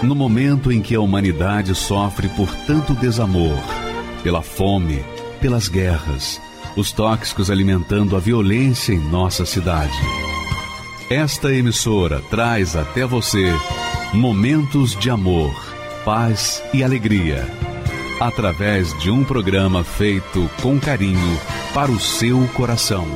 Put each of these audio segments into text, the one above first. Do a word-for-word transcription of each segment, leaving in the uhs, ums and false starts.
No momento em que a humanidade sofre por tanto desamor, pela fome, pelas guerras, os tóxicos alimentando a violência em nossa cidade. Esta emissora traz até você momentos de amor, paz e alegria, através de um programa feito com carinho para o seu coração.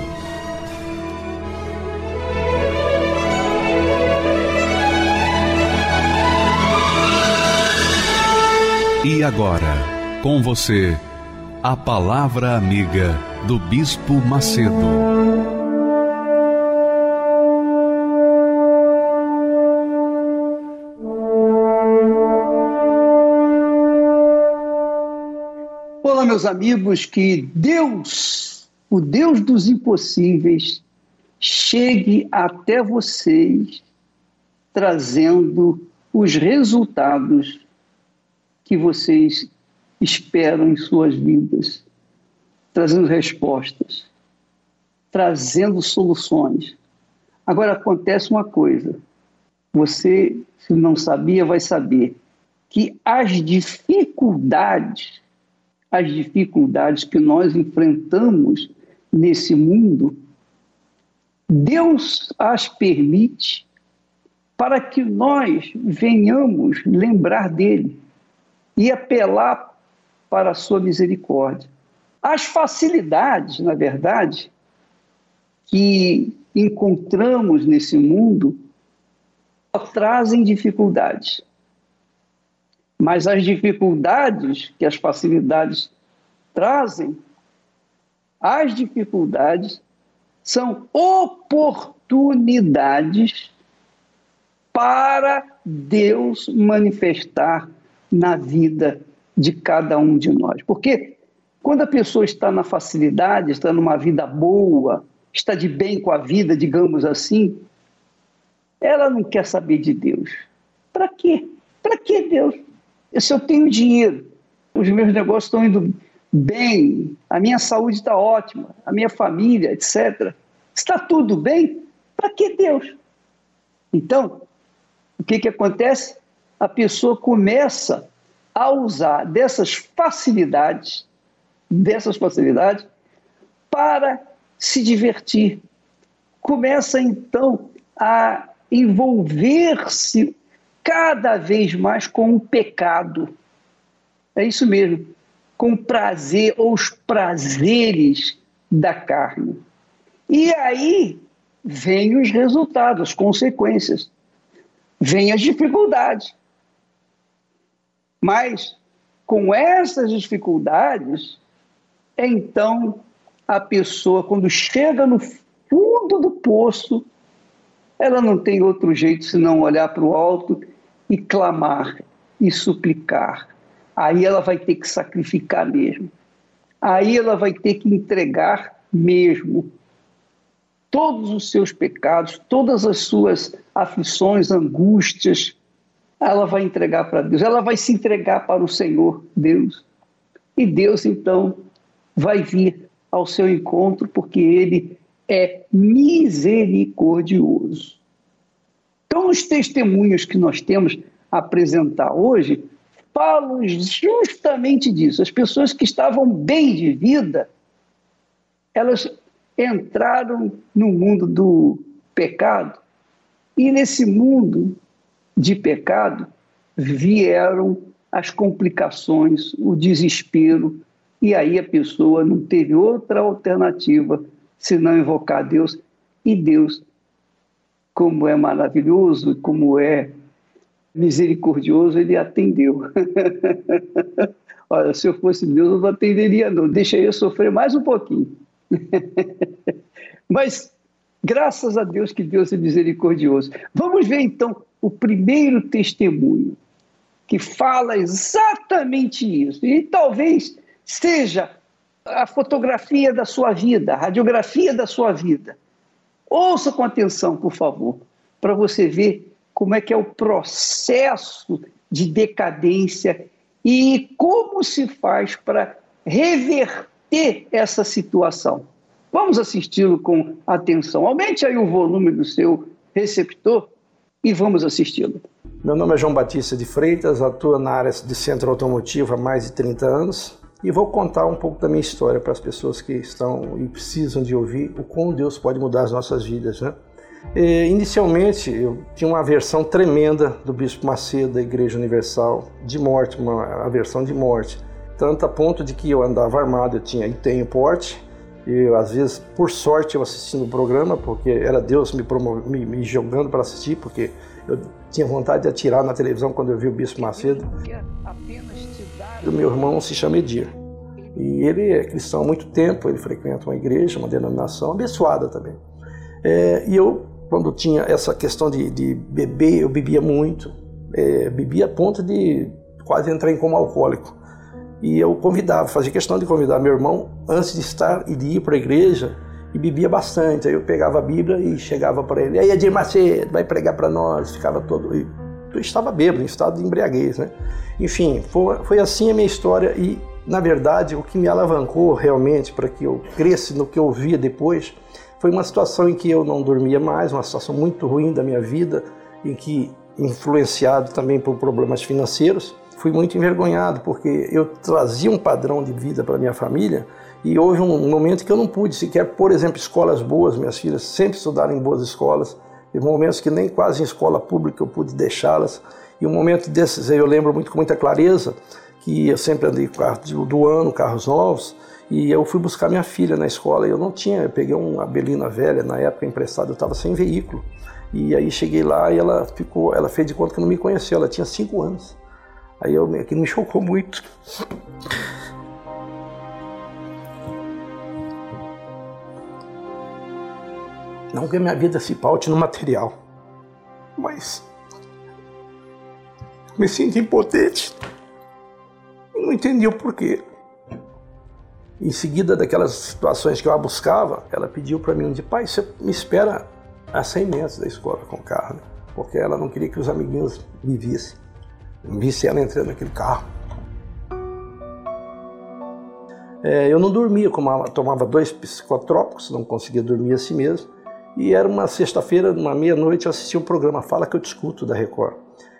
E agora, com você, a Palavra Amiga do Bispo Macedo. Olá, meus amigos, que Deus, o Deus dos impossíveis, chegue até vocês trazendo os resultados que vocês esperam em suas vidas, trazendo respostas, trazendo soluções. Agora acontece uma coisa, você, se não sabia, vai saber, que as dificuldades, as dificuldades que nós enfrentamos nesse mundo, Deus as permite para que nós venhamos lembrar dele e apelar para a sua misericórdia. As facilidades, na verdade, que encontramos nesse mundo trazem dificuldades. Mas as dificuldades que as facilidades trazem, as dificuldades são oportunidades para Deus manifestar na vida de cada um de nós. Porque quando a pessoa está na facilidade, está numa vida boa, está de bem com a vida, digamos assim, ela não quer saber de Deus. Para quê? Para que Deus? Se eu tenho dinheiro, os meus negócios estão indo bem, a minha saúde está ótima, a minha família, etcétera. Está tudo bem? Para que Deus? Então, o que que acontece? A pessoa começa a usar dessas facilidades, dessas facilidades, para se divertir. Começa, então, a envolver-se cada vez mais com o pecado. É isso mesmo, com o prazer ou os prazeres da carne. E aí vêm os resultados, as consequências, vêm as dificuldades. Mas, com essas dificuldades, então a pessoa, quando chega no fundo do poço, ela não tem outro jeito senão olhar para o alto e clamar e suplicar. Aí ela vai ter que sacrificar mesmo. Aí ela vai ter que entregar mesmo todos os seus pecados, todas as suas aflições, angústias, ela vai entregar para Deus, ela vai se entregar para o Senhor Deus. E Deus, então, vai vir ao seu encontro, porque Ele é misericordioso. Então, os testemunhos que nós temos a apresentar hoje falam justamente disso. As pessoas que estavam bem de vida, elas entraram no mundo do pecado, e nesse mundo de pecado vieram as complicações, o desespero, e aí a pessoa não teve outra alternativa senão invocar Deus, e Deus, como é maravilhoso, como é misericordioso, ele atendeu. Olha, se eu fosse Deus, eu não atenderia não, deixa eu sofrer mais um pouquinho. Mas graças a Deus que Deus é misericordioso. Vamos ver então o primeiro testemunho que fala exatamente isso, e talvez seja a fotografia da sua vida, a radiografia da sua vida. Ouça com atenção, por favor, para você ver como é que é o processo de decadência e como se faz para reverter essa situação. Vamos assisti-lo com atenção. Aumente aí o volume do seu receptor e vamos assisti-lo. Meu nome é João Batista de Freitas, atuo na área de centro automotivo há mais de trinta anos e vou contar um pouco da minha história para as pessoas que estão e precisam de ouvir o como Deus pode mudar as nossas vidas, né? E, inicialmente, eu tinha uma aversão tremenda do Bispo Macedo da Igreja Universal, de morte, uma aversão de morte, tanto a ponto de que eu andava armado, eu tinha e tenho porte, e eu, às vezes, por sorte, eu assistindo o programa, porque era Deus me, promo- me, me jogando para assistir, porque eu tinha vontade de atirar na televisão quando eu vi o Bispo Macedo. O meu irmão se chama Edir, e ele é cristão há muito tempo, ele frequenta uma igreja, uma denominação abençoada também. É, e eu, quando tinha essa questão de, de beber, eu bebia muito, é, bebia a ponto de quase entrar em coma alcoólico. E eu convidava, fazia questão de convidar meu irmão antes de estar e de ir para a igreja, e bebia bastante. Aí eu pegava a Bíblia e chegava para ele, aí Edir Macedo, vai pregar para nós, ficava todo... E eu estava bêbado, em estado de embriaguez, né? Enfim, foi, foi assim a minha história e, na verdade, o que me alavancou realmente para que eu cresça no que eu via depois foi uma situação em que eu não dormia mais, uma situação muito ruim da minha vida, em que, influenciado também por problemas financeiros, fui muito envergonhado, porque eu trazia um padrão de vida para minha família e houve um momento que eu não pude sequer, por exemplo, escolas boas, minhas filhas sempre estudaram em boas escolas, e momentos que nem quase em escola pública eu pude deixá-las, e um momento desses eu lembro muito com muita clareza, que eu sempre andei com carros do ano, carros novos, e eu fui buscar minha filha na escola e eu não tinha, eu peguei uma Belina velha, na época emprestada, eu estava sem veículo. E aí cheguei lá e ela ficou, ela fez de conta que não me conheceu, ela tinha cinco anos. Aí eu, aquilo me chocou muito. Não que a minha vida se paute no material, mas me sinto impotente e não entendi o porquê. Em seguida daquelas situações que eu a buscava, ela pediu para mim um dia, pai, você me espera a cem metros da escola com o carro, né? Porque ela não queria que os amiguinhos me vissem, vissem ela entrando naquele carro. É, eu não dormia, eu tomava dois psicotrópicos, não conseguia dormir assim mesmo, e era uma sexta-feira, uma meia-noite, eu assisti o programa Fala Que Eu Te Escuto, da Record.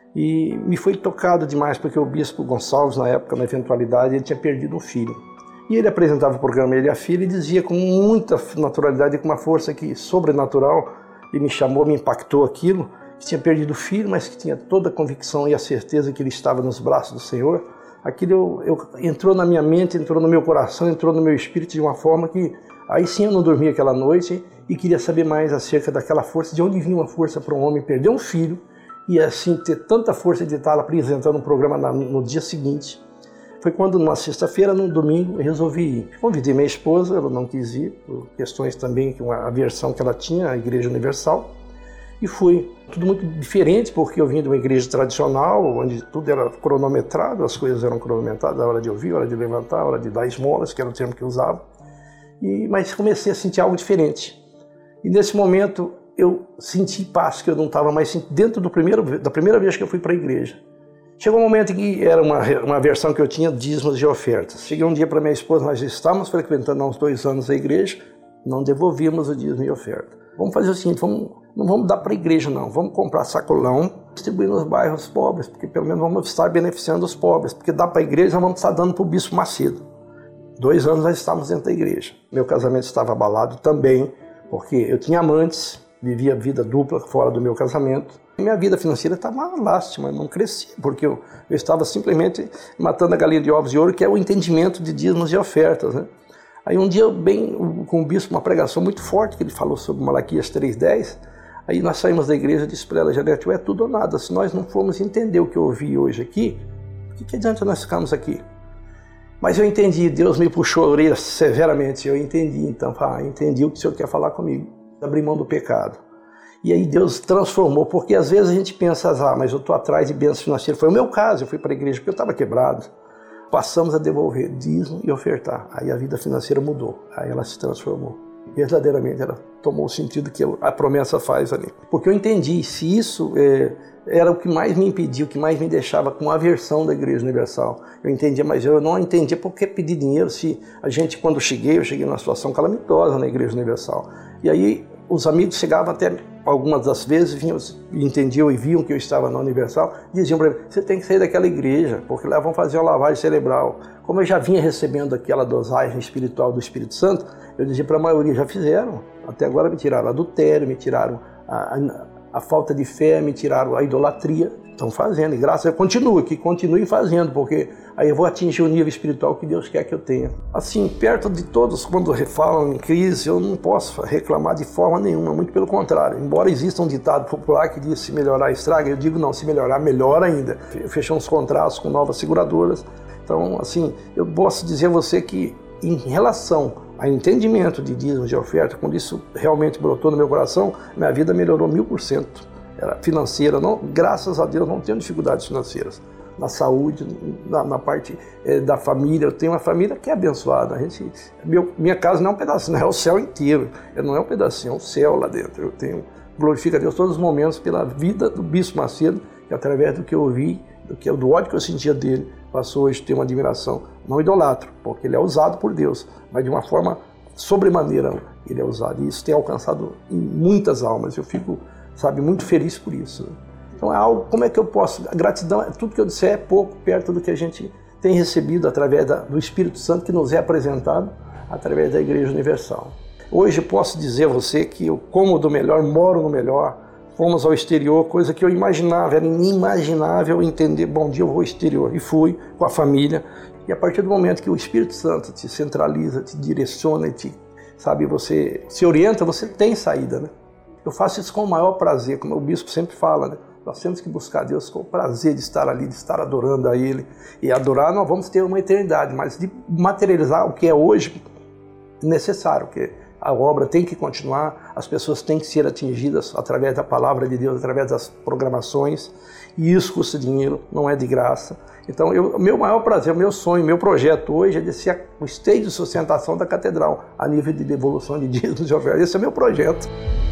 E me foi tocado demais, porque o bispo Gonçalves, na época, na eventualidade, ele tinha perdido um filho. E ele apresentava o programa, ele e a filha, e dizia com muita naturalidade, com uma força que sobrenatural, e me chamou, me impactou aquilo, que tinha perdido o filho, mas que tinha toda a convicção e a certeza que ele estava nos braços do Senhor. Aquilo eu, eu, entrou na minha mente, entrou no meu coração, entrou no meu espírito de uma forma que aí sim eu não dormia aquela noite e queria saber mais acerca daquela força, de onde vinha uma força para um homem perder um filho e assim ter tanta força de estar apresentando um programa na, no dia seguinte. Foi quando, numa sexta-feira, no domingo, eu resolvi ir. Convidei minha esposa, ela não quis ir, por questões também, uma aversão que ela tinha à Igreja Universal, e fui. Tudo muito diferente, porque eu vim de uma igreja tradicional, onde tudo era cronometrado, as coisas eram cronometradas, a hora de ouvir, a hora de levantar, a hora de dar esmolas, que era o termo que eu usava. E, mas comecei a sentir algo diferente. E nesse momento eu senti paz, que eu não estava mais sentindo, dentro do primeiro, da primeira vez que eu fui para a igreja. Chegou um momento em que era uma, uma versão que eu tinha, dízimos e ofertas. Cheguei um dia para minha esposa, nós estávamos frequentando há uns dois anos a igreja, não devolvíamos o dízimo e oferta. Vamos fazer o seguinte, vamos, não vamos dar para a igreja não, vamos comprar sacolão, distribuir nos bairros pobres, porque pelo menos vamos estar beneficiando os pobres, porque dá para a igreja, nós vamos estar dando para o Bispo Macedo. Dois anos nós estávamos dentro da igreja. Meu casamento estava abalado também, porque eu tinha amantes, vivia vida dupla fora do meu casamento. Minha vida financeira estava uma lástima, não crescia, porque eu, eu estava simplesmente matando a galinha de ovos de ouro, que é o entendimento de dízimos e ofertas, né? Aí um dia, bem com o bispo, uma pregação muito forte, que ele falou sobre Malaquias três, dez, aí nós saímos da igreja e disse para ela, Janete, é tudo ou nada, se nós não formos entender o que eu ouvi hoje aqui, o que, que adianta nós ficarmos aqui? Mas eu entendi, Deus me puxou a orelha severamente, eu entendi, então, ah, entendi o que o Senhor quer falar comigo, abri mão do pecado. E aí Deus transformou, porque às vezes a gente pensa, ah, mas eu estou atrás de bênçãos financeiras. Foi o meu caso, eu fui para a igreja porque eu estava quebrado. Passamos a devolver dízimo e ofertar. Aí a vida financeira mudou, aí ela se transformou. Verdadeiramente ela tomou o sentido que a promessa faz ali. Porque eu entendi, se isso é, era o que mais me impedia, o que mais me deixava com aversão da Igreja Universal. Eu entendia, mas eu não entendia por que pedir dinheiro se a gente, quando eu cheguei, eu cheguei numa situação calamitosa na Igreja Universal. E aí os amigos chegavam até, algumas das vezes, vinham, entendiam e viam que eu estava na Universal, diziam para mim, você tem que sair daquela igreja, porque lá vão fazer uma lavagem cerebral. Como eu já vinha recebendo aquela dosagem espiritual do Espírito Santo, eu dizia para a maioria, já fizeram, até agora me tiraram adultério, me tiraram a, a, a falta de fé, me tiraram a idolatria, estão fazendo, e graças a Deus, continue, que continue fazendo, porque aí eu vou atingir o nível espiritual que Deus quer que eu tenha. Assim, perto de todos, quando falam em crise, eu não posso reclamar de forma nenhuma, muito pelo contrário. Embora exista um ditado popular que diz se melhorar estraga, eu digo não, se melhorar, melhor ainda. Fechou uns contratos com novas seguradoras. Então, assim, eu posso dizer a você que em relação ao entendimento de dízimos de oferta, quando isso realmente brotou no meu coração, minha vida melhorou mil por cento. Era financeira, não, graças a Deus não tenho dificuldades financeiras. Na saúde, na, na parte é, da família, eu tenho uma família que é abençoada. A gente, meu, minha casa não é um pedacinho, é o céu inteiro. Não é um pedacinho, é um céu lá dentro. Eu tenho, glorifico a Deus todos os momentos pela vida do Bispo Macedo, que através do que eu vi, do, que, do ódio que eu sentia dele, passou hoje a ter uma admiração. Não idolatro, porque ele é usado por Deus, mas de uma forma sobremaneira ele é usado. E isso tem alcançado em muitas almas. Eu fico, sabe, muito feliz por isso. Então é algo, como é que eu posso, a gratidão, tudo que eu disser é pouco perto do que a gente tem recebido através da, do Espírito Santo que nos é apresentado através da Igreja Universal. Hoje posso dizer a você que eu como do melhor, moro no melhor, fomos ao exterior, coisa que eu imaginava, era inimaginável entender, bom dia eu vou ao exterior, e fui com a família, e a partir do momento que o Espírito Santo te centraliza, te direciona, te, sabe, você se orienta, você tem saída, né? Eu faço isso com o maior prazer, como o bispo sempre fala, né? Nós temos que buscar Deus com o prazer de estar ali, de estar adorando a Ele. E adorar nós vamos ter uma eternidade, mas de materializar o que é hoje necessário, porque a obra tem que continuar, as pessoas têm que ser atingidas através da palavra de Deus, através das programações, e isso custa dinheiro, não é de graça. Então, o meu maior prazer, o meu sonho, o meu projeto hoje é descer o stage de sustentação da catedral, a nível de devolução de dízimos de oferta. Esse é o meu projeto.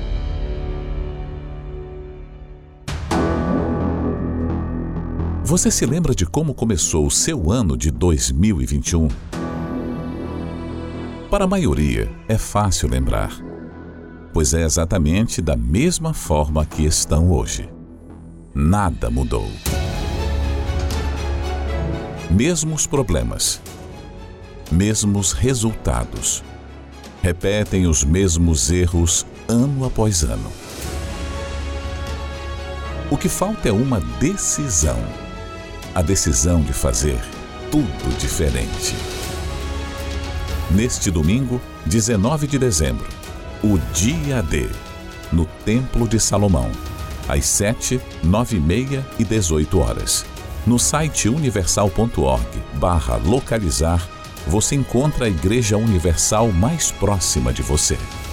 Você se lembra de como começou o seu ano de dois mil e vinte e um? Para a maioria, é fácil lembrar, pois é exatamente da mesma forma que estão hoje. Nada mudou. Mesmos problemas, mesmos resultados, repetem os mesmos erros ano após ano. O que falta é uma decisão. A decisão de fazer tudo diferente. Neste domingo, dezenove de dezembro, o Dia D, no Templo de Salomão, às sete, nove e meia e dezoito horas. No site universal ponto org barra localizar, você encontra a Igreja Universal mais próxima de você.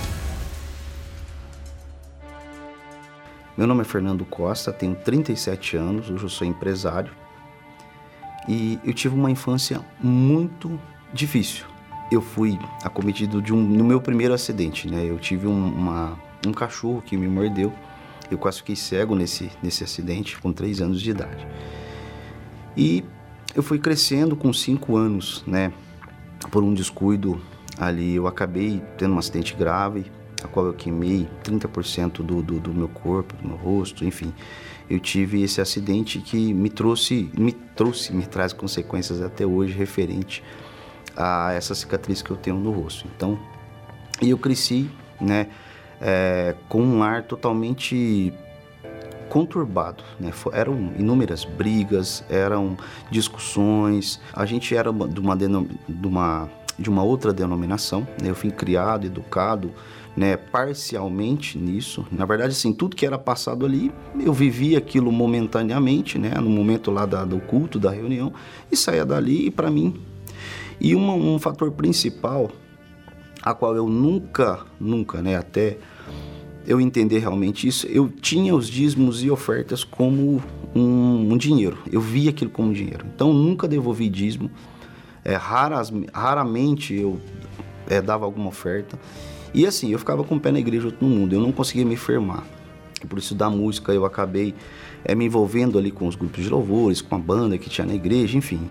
Meu nome é Fernando Costa, tenho trinta e sete anos, hoje eu sou empresário. E eu tive uma infância muito difícil. Eu fui acometido de um, no meu primeiro acidente, né? Eu tive um, uma, um cachorro que me mordeu. Eu quase fiquei cego nesse, nesse acidente, com três anos de idade. E eu fui crescendo com cinco anos, né? Por um descuido ali, eu acabei tendo um acidente grave, a qual eu queimei trinta por cento do, do, do meu corpo, do meu rosto, enfim. Eu tive esse acidente que me trouxe, me trouxe, me traz consequências até hoje referente a essa cicatriz que eu tenho no rosto. Então, e eu cresci, né, é, com um lar totalmente conturbado, né? Eram inúmeras brigas, eram discussões. A gente era de uma, de uma, de uma outra denominação, né? Eu fui criado, educado, né, parcialmente nisso. Na verdade, assim, tudo que era passado ali, eu vivia aquilo momentaneamente, né, no momento lá da, do culto, da reunião, e saía dali, e para mim. E uma, um fator principal, a qual eu nunca, nunca, né, até eu entender realmente isso, eu tinha os dízimos e ofertas como um, um dinheiro. Eu via aquilo como dinheiro. Então, nunca devolvi dízimo. É, raras, raramente eu é, dava alguma oferta. E assim, eu ficava com o pé na igreja, outro no mundo, eu não conseguia me firmar. E por isso da música eu acabei é, me envolvendo ali com os grupos de louvores, com a banda que tinha na igreja, enfim.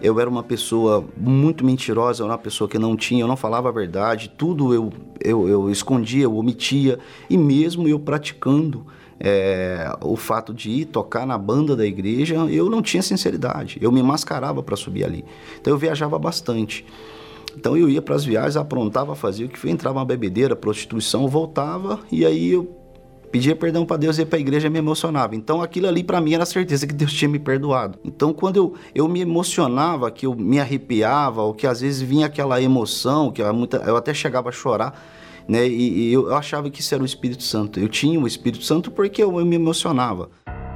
eu era uma pessoa muito mentirosa, eu era uma pessoa que não tinha, eu não falava a verdade, tudo eu, eu, eu escondia, eu omitia, e mesmo eu praticando é, o fato de ir tocar na banda da igreja, eu não tinha sinceridade, eu me mascarava para subir ali. Então eu viajava bastante. Então eu ia para as viagens, aprontava, fazia o que foi, entrava uma bebedeira, prostituição, voltava, e aí eu pedia perdão para Deus, ia para a igreja e me emocionava. Então aquilo ali para mim era a certeza que Deus tinha me perdoado. Então quando eu, eu me emocionava, que eu me arrepiava, ou que às vezes vinha aquela emoção, que eu, muita, eu até chegava a chorar, né? E, e eu, eu achava que isso era o Espírito Santo. Eu tinha o Espírito Santo porque eu, eu me emocionava.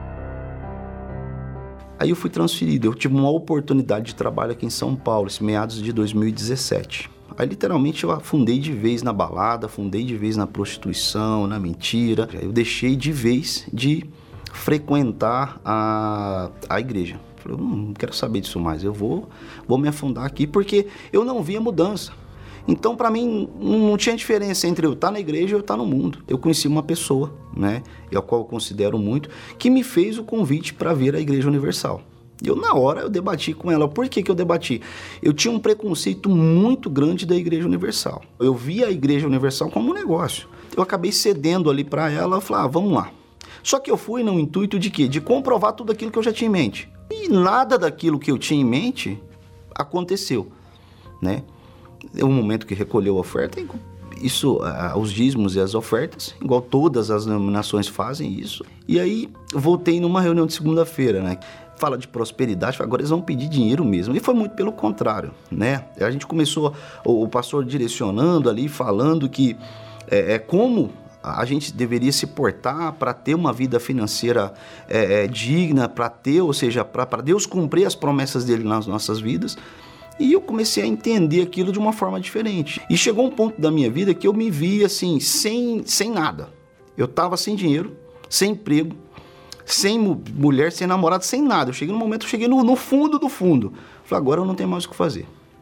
Aí eu fui transferido, eu tive uma oportunidade de trabalho aqui em São Paulo, esse meados de dois mil e dezessete. Aí literalmente eu afundei de vez na balada, afundei de vez na prostituição, na mentira. Eu deixei de vez de frequentar a, a igreja. Falei, eu não quero saber disso mais, eu vou, vou me afundar aqui porque eu não via mudança. Então para mim não tinha diferença entre eu estar na igreja e eu estar no mundo. Eu conheci uma pessoa, né, e a qual eu considero muito, que me fez o convite para vir à Igreja Universal. Eu, na hora, eu debati com ela. Por que que eu debati? Eu tinha um preconceito muito grande da Igreja Universal. Eu via a Igreja Universal como um negócio. Eu acabei cedendo ali para ela, falei, ah, vamos lá. Só que eu fui no intuito de quê? De comprovar tudo aquilo que eu já tinha em mente. E nada daquilo que eu tinha em mente aconteceu, né? É um momento que recolheu a oferta, isso, os dízimos e as ofertas, igual todas as denominações fazem isso. E aí, voltei numa reunião de segunda-feira, né? Fala de prosperidade, agora eles vão pedir dinheiro mesmo. E foi muito pelo contrário, né? A gente começou, o, o pastor direcionando ali, falando que é, é como a gente deveria se portar para ter uma vida financeira é, é, digna, para ter, ou seja, para Deus cumprir as promessas dele nas nossas vidas. E eu comecei a entender aquilo de uma forma diferente. E chegou um ponto da minha vida que eu me vi assim, sem, sem nada. Eu estava sem dinheiro, sem emprego, sem mulher, sem namorado, sem nada. Eu cheguei no momento, eu cheguei no, no fundo do fundo. Falei, agora eu não tenho mais o que fazer.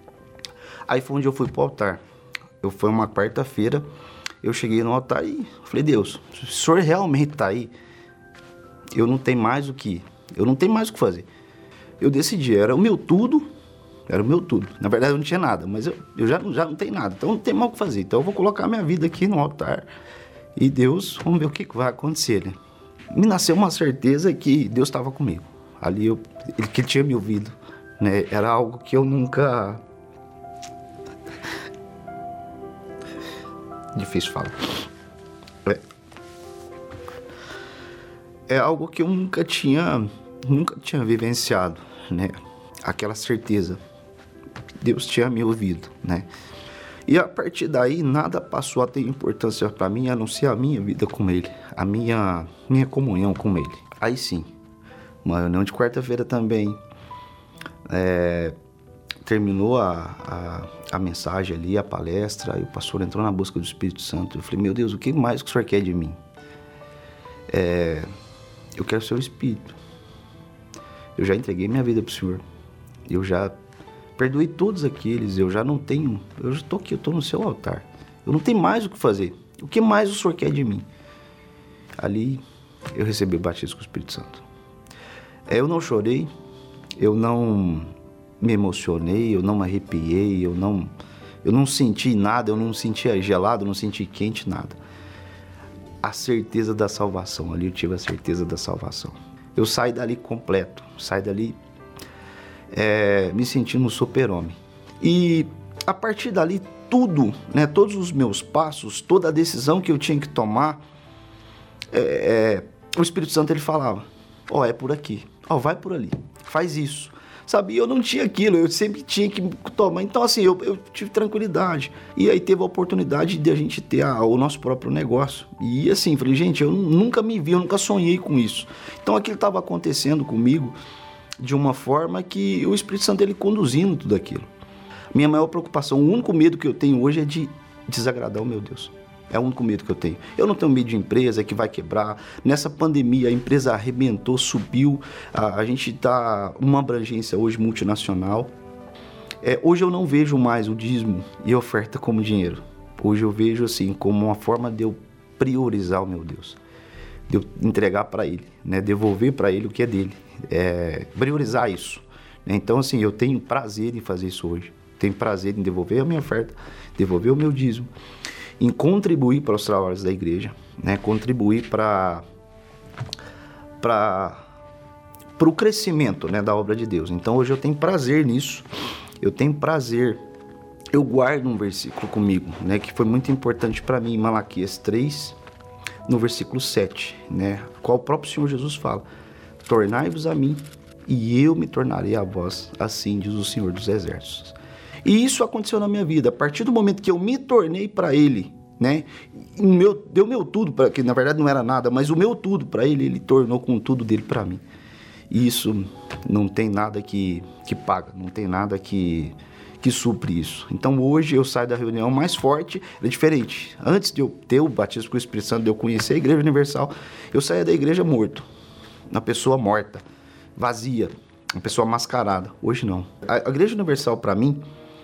Aí foi onde eu fui para o altar. Eu fui uma quarta-feira, eu cheguei no altar e falei, Deus, se o Senhor realmente está aí, eu não tenho mais o que, eu não tenho mais o que fazer. Eu decidi, era o meu tudo, era o meu tudo. Na verdade eu não tinha nada, mas eu, eu já, já não tenho nada, então não tem mais o que fazer. Então eu vou colocar minha vida aqui no altar e Deus, vamos ver o que, que vai acontecer, né? Me nasceu uma certeza que Deus estava comigo. Ali, eu, ele, que ele tinha me ouvido, né? Era algo que eu nunca... Difícil falar. É, é algo que eu nunca tinha, nunca tinha vivenciado, né? Aquela certeza. Deus tinha me ouvido, né? E a partir daí, nada passou a ter importância para mim, a não ser a minha vida com Ele, a minha, minha comunhão com Ele. Aí sim, uma reunião de quarta-feira também, é, terminou a, a, a mensagem ali, a palestra, e o pastor entrou na busca do Espírito Santo. Eu falei, meu Deus, o que mais que o Senhor quer de mim? É, eu quero ser o Espírito. Eu já entreguei minha vida para o Senhor. Eu já perdoei todos aqueles, eu já não tenho, eu já estou aqui, eu estou no seu altar. Eu não tenho mais o que fazer. O que mais o Senhor quer de mim? Ali eu recebi o batismo com o Espírito Santo. É, eu não chorei, eu não me emocionei, eu não me arrepiei, eu não, eu não senti nada, eu não senti gelado, eu não senti quente, nada. A certeza da salvação, ali eu tive a certeza da salvação. Eu saí dali completo, saí dali É, me sentindo um super-homem. E a partir dali, tudo, né, todos os meus passos, toda a decisão que eu tinha que tomar, é, é, o Espírito Santo ele falava, ó, oh, é por aqui, ó, oh, vai por ali, faz isso. Sabe, eu não tinha aquilo, eu sempre tinha que tomar. Então, assim, eu, eu tive tranquilidade. E aí teve a oportunidade de a gente ter a, o nosso próprio negócio. E assim, falei, gente, eu nunca me vi, eu nunca sonhei com isso. Então, aquilo estava acontecendo comigo de uma forma que o Espírito Santo ele conduzindo tudo aquilo. Minha maior preocupação, o único medo que eu tenho hoje é de desagradar o meu Deus. É o único medo que eu tenho. Eu não tenho medo de empresa que vai quebrar. Nessa pandemia a empresa arrebentou, subiu. A, a gente está uma abrangência hoje multinacional. É, hoje eu não vejo mais o dízimo e a oferta como dinheiro. Hoje eu vejo assim como uma forma de eu priorizar o meu Deus. De eu entregar para Ele, né? Devolver para Ele o que é dele. É, priorizar isso, Então, assim, eu tenho prazer em fazer isso hoje. Tenho prazer em devolver a minha oferta, devolver o meu dízimo, em contribuir para os trabalhos da igreja, né? Contribuir para para para o crescimento, né, da obra de Deus. Então, hoje eu tenho prazer nisso. Eu tenho prazer. Eu guardo um versículo comigo, né, que foi muito importante para mim, em Malaquias três, no versículo sete, né, qual o próprio Senhor Jesus fala: tornai-vos a mim, e eu me tornarei a vós, assim diz o Senhor dos Exércitos. E isso aconteceu na minha vida. A partir do momento que eu me tornei para Ele, né, o meu, deu meu tudo, pra, que na verdade não era nada, mas o meu tudo para Ele, Ele tornou com tudo dele para mim. E isso não tem nada que, que paga, não tem nada que, que supre isso. Então hoje eu saio da reunião mais forte, é diferente. Antes de eu ter o batismo com o Espírito Santo, de eu conhecer a Igreja Universal, eu saía da igreja morto, uma pessoa morta, vazia, uma pessoa mascarada. Hoje não. A, a Igreja Universal, para mim,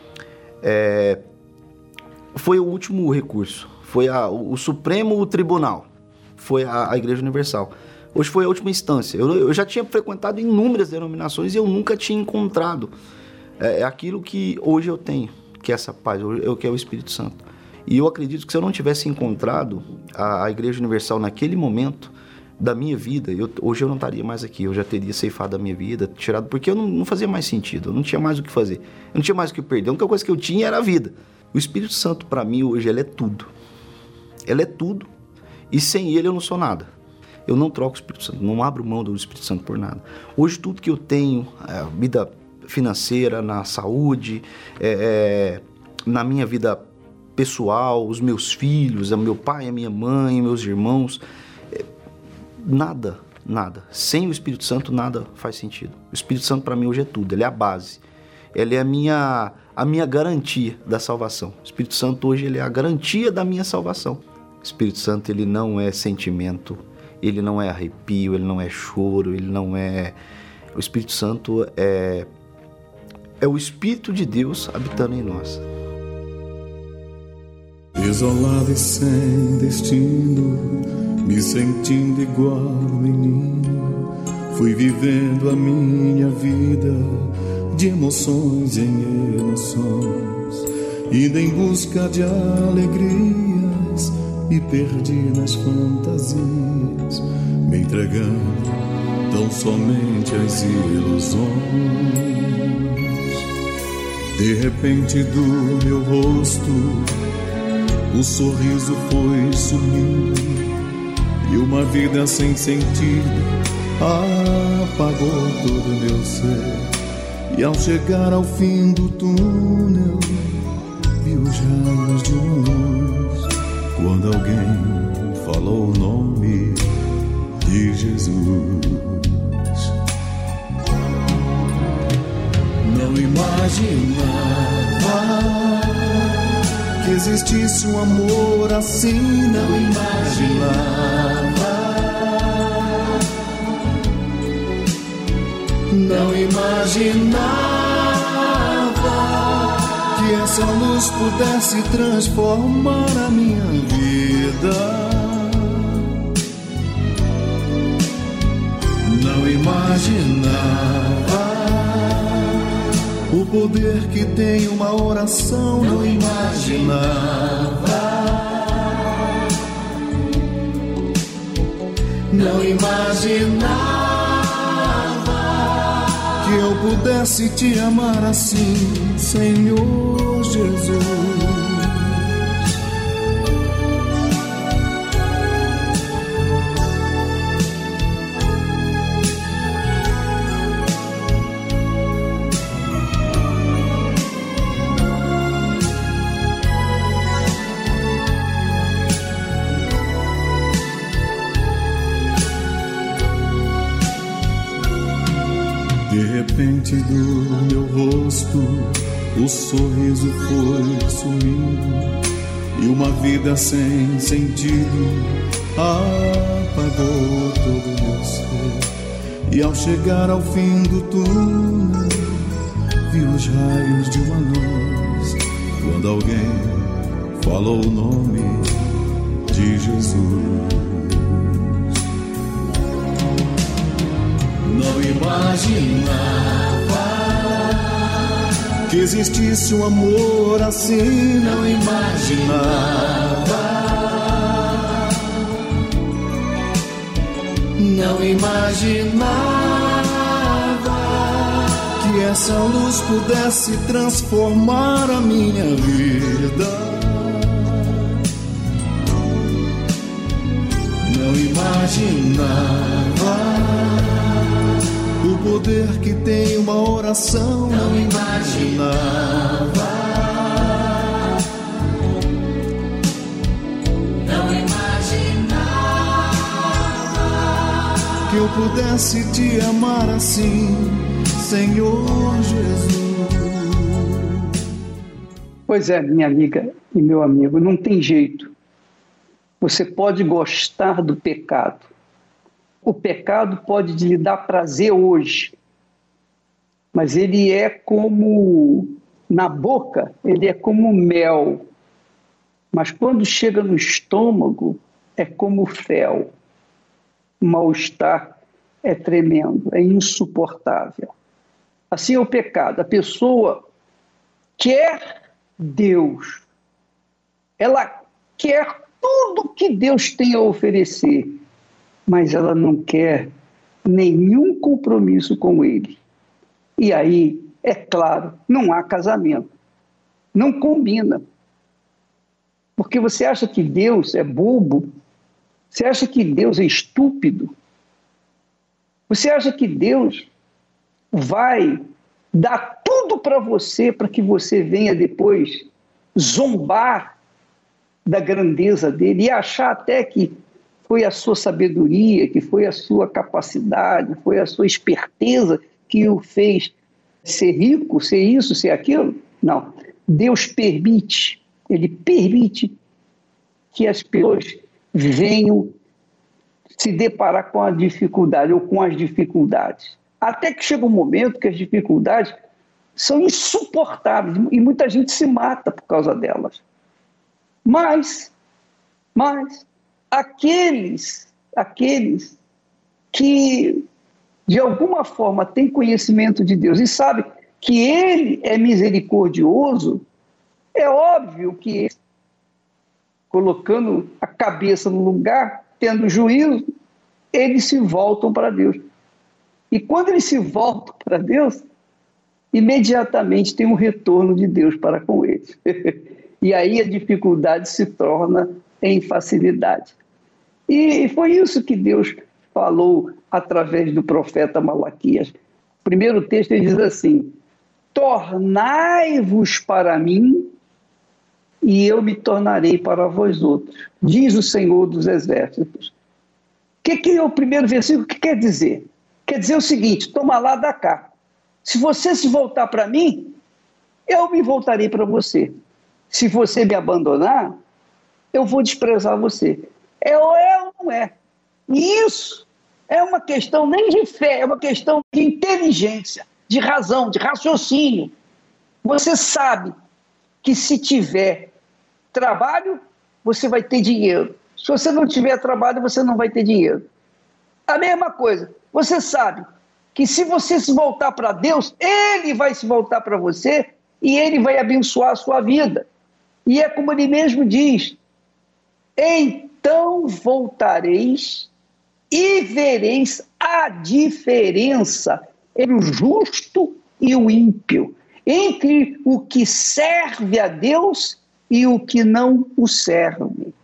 é, foi o último recurso, foi a, o, o Supremo Tribunal, foi a, a Igreja Universal. Hoje foi a última instância. Eu, eu já tinha frequentado inúmeras denominações e eu nunca tinha encontrado é, é aquilo que hoje eu tenho, que é essa paz, eu, que é o Espírito Santo. E eu acredito que se eu não tivesse encontrado a, a Igreja Universal naquele momento da minha vida, eu, hoje eu não estaria mais aqui, eu já teria ceifado a minha vida, tirado, porque eu não, não fazia mais sentido, eu não tinha mais o que fazer, eu não tinha mais o que perder, a única coisa que eu tinha era a vida. O Espírito Santo, para mim, hoje, ele é tudo. Ele é tudo, e sem ele eu não sou nada. Eu não troco o Espírito Santo, não abro mão do Espírito Santo por nada. Hoje tudo que eu tenho, a vida financeira, na saúde, é, é, na minha vida pessoal, os meus filhos, o meu pai, a minha mãe, meus irmãos, é, nada, nada. Sem o Espírito Santo nada faz sentido. O Espírito Santo para mim hoje é tudo, ele é a base. Ele é a minha, a minha garantia da salvação. O Espírito Santo hoje ele é a garantia da minha salvação. O Espírito Santo ele não é sentimento, ele não é arrepio, ele não é choro, ele não é... O Espírito Santo é, é o Espírito de Deus habitando em nós. Isolado e sem destino, me sentindo igual menino, fui vivendo a minha vida de emoções em emoções, indo em busca de alegrias, me perdi nas fantasias, me entregando tão somente às ilusões. De repente do meu rosto o sorriso foi sumindo, e uma vida sem sentido apagou todo o meu ser. E ao chegar ao fim do túnel, vi os raios de uma luz, quando alguém falou o nome de Jesus. Não imaginava que existisse um amor assim, não imaginava. Não imaginava que essa luz pudesse transformar a minha vida. Não imaginava o poder que tem uma oração. Não imaginava. Não imaginava que eu pudesse te amar assim, Senhor Jesus. De repente do meu rosto o sorriso foi sumindo, e uma vida sem sentido apagou todo o meu ser. E ao chegar ao fim do túnel, vi os raios de uma luz, quando alguém falou o nome de Jesus. Não imaginava existisse um amor assim, não imaginava. Não imaginava que essa luz pudesse transformar a minha vida. Não imaginava o poder que tem uma oração. Não imaginava. Não imaginava que eu pudesse te amar assim, Senhor Jesus. Pois é, minha amiga e meu amigo, não tem jeito. Você pode gostar do pecado. O pecado pode lhe dar prazer hoje, mas ele é como, na boca, ele é como mel. Mas quando chega no estômago, é como fel. O mal-estar é tremendo, é insuportável. Assim é o pecado. A pessoa quer Deus. Ela quer tudo que Deus tem a oferecer, mas ela não quer nenhum compromisso com Ele. E aí, é claro, não há casamento. Não combina. Porque você acha que Deus é bobo? Você acha que Deus é estúpido? Você acha que Deus vai dar tudo para você para que você venha depois zombar da grandeza dele e achar até que foi a sua sabedoria, que foi a sua capacidade, foi a sua esperteza que o fez ser rico, ser isso, ser aquilo? Não. Deus permite, Ele permite que as pessoas venham se deparar com a dificuldade ou com as dificuldades. Até que chega um momento que as dificuldades são insuportáveis e muita gente se mata por causa delas. Mas, mas, aqueles, aqueles que de alguma forma têm conhecimento de Deus e sabem que Ele é misericordioso, é óbvio que, colocando a cabeça no lugar, tendo juízo, eles se voltam para Deus. E quando eles se voltam para Deus, imediatamente tem um retorno de Deus para com eles. E aí a dificuldade se torna em facilidade. E foi isso que Deus falou através do profeta Malaquias. O primeiro texto ele diz assim: tornai-vos para mim e eu me tornarei para vós outros, diz o Senhor dos Exércitos. O que, que é o primeiro versículo? O que quer dizer? Quer dizer o seguinte: toma lá, dá cá. Se você se voltar para mim, eu me voltarei para você. Se você me abandonar, eu vou desprezar você. É ou é ou não é. E isso é uma questão nem de fé, é uma questão de inteligência, de razão, de raciocínio. Você sabe que se tiver trabalho, você vai ter dinheiro. Se você não tiver trabalho, você não vai ter dinheiro. A mesma coisa, você sabe que se você se voltar para Deus, Ele vai se voltar para você e Ele vai abençoar a sua vida. E é como Ele mesmo diz: então voltareis e vereis a diferença entre o justo e o ímpio, entre o que serve a Deus e o que não o serve.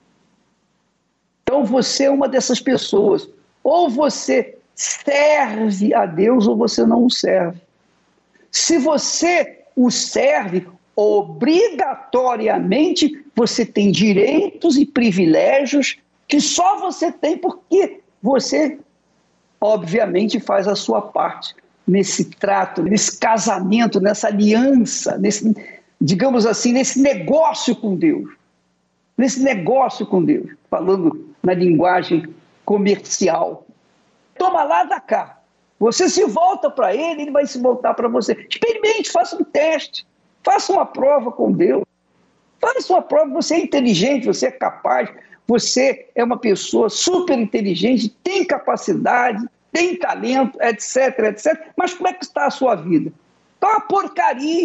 Então você é uma dessas pessoas. Ou você serve a Deus ou você não o serve. Se você o serve, obrigatoriamente você tem direitos e privilégios que só você tem porque você, obviamente, faz a sua parte nesse trato, nesse casamento, nessa aliança, nesse, digamos assim, nesse negócio com Deus. Nesse negócio com Deus, falando na linguagem comercial. Toma lá, dá cá. Você se volta para Ele, Ele vai se voltar para você. Experimente, faça um teste. Faça uma prova com Deus. Faça uma prova. Você é inteligente, você é capaz, você é uma pessoa super inteligente, tem capacidade, tem talento, etc, etcétera. Mas como é que está a sua vida? Está uma porcaria.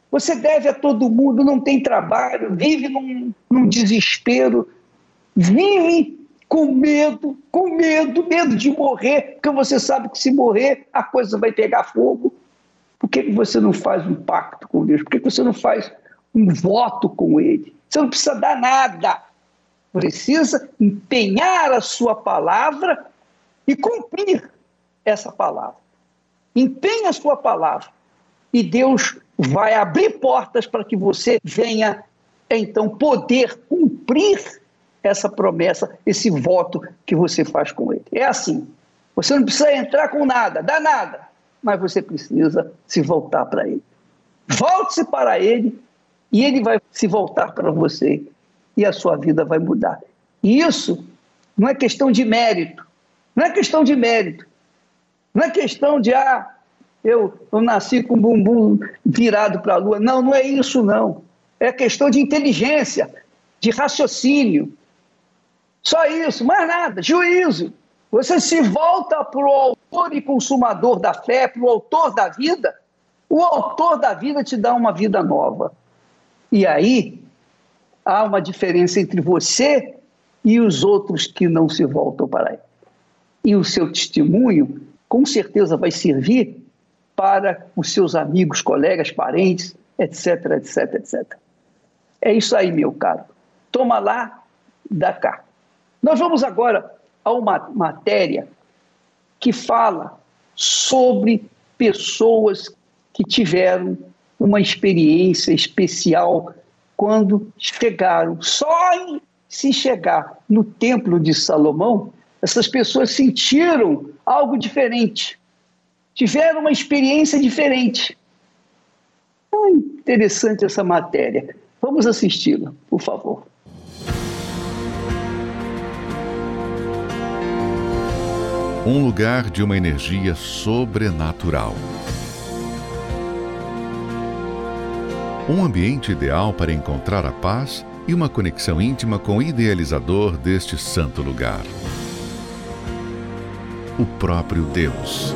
Você deve a todo mundo, não tem trabalho, vive num, num desespero, vive com medo, com medo, medo de morrer, porque você sabe que se morrer a coisa vai pegar fogo. Por que você não faz um pacto com Deus? Por que você não faz um voto com Ele? Você não precisa dar nada. Precisa empenhar a sua palavra e cumprir essa palavra. Empenhe a sua palavra e Deus vai abrir portas para que você venha, então, poder cumprir essa promessa, esse voto que você faz com Ele. É assim, você não precisa entrar com nada, dá nada, mas você precisa se voltar para Ele. Volte-se para Ele e Ele vai se voltar para você e a sua vida vai mudar. E isso não é questão de mérito, não é questão de mérito, não é questão de, ah, eu, eu nasci com o bumbum virado para a lua. Não, não é isso não. É questão de inteligência, de raciocínio. Só isso, mais nada, juízo. Você se volta para o autor e consumador da fé, para o autor da vida, o autor da vida te dá uma vida nova. E aí há uma diferença entre você e os outros que não se voltam para ele. E o seu testemunho, com certeza, vai servir para os seus amigos, colegas, parentes, etc, etc, etcétera. É isso aí, meu caro. Toma lá, dá cá. Nós vamos agora a uma matéria que fala sobre pessoas que tiveram uma experiência especial quando chegaram. Só em se chegar no Templo de Salomão, essas pessoas sentiram algo diferente. Tiveram uma experiência diferente. É interessante essa matéria. Vamos assisti-la, por favor. Um lugar de uma energia sobrenatural. Um ambiente ideal para encontrar a paz e uma conexão íntima com o idealizador deste santo lugar. O próprio Deus.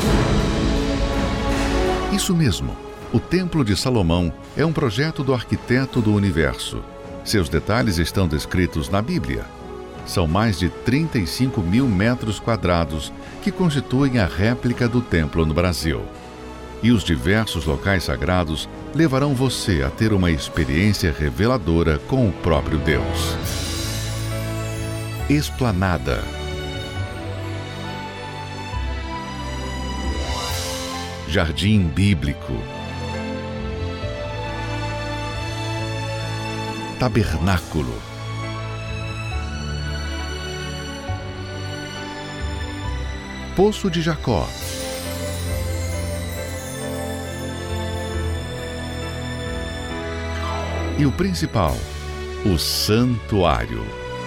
Isso mesmo, o Templo de Salomão é um projeto do arquiteto do universo. Seus detalhes estão descritos na Bíblia. São mais de trinta e cinco mil metros quadrados que constituem a réplica do templo no Brasil. E os diversos locais sagrados levarão você a ter uma experiência reveladora com o próprio Deus. Esplanada. Jardim bíblico. Tabernáculo. Poço de Jacó. E o principal, o santuário.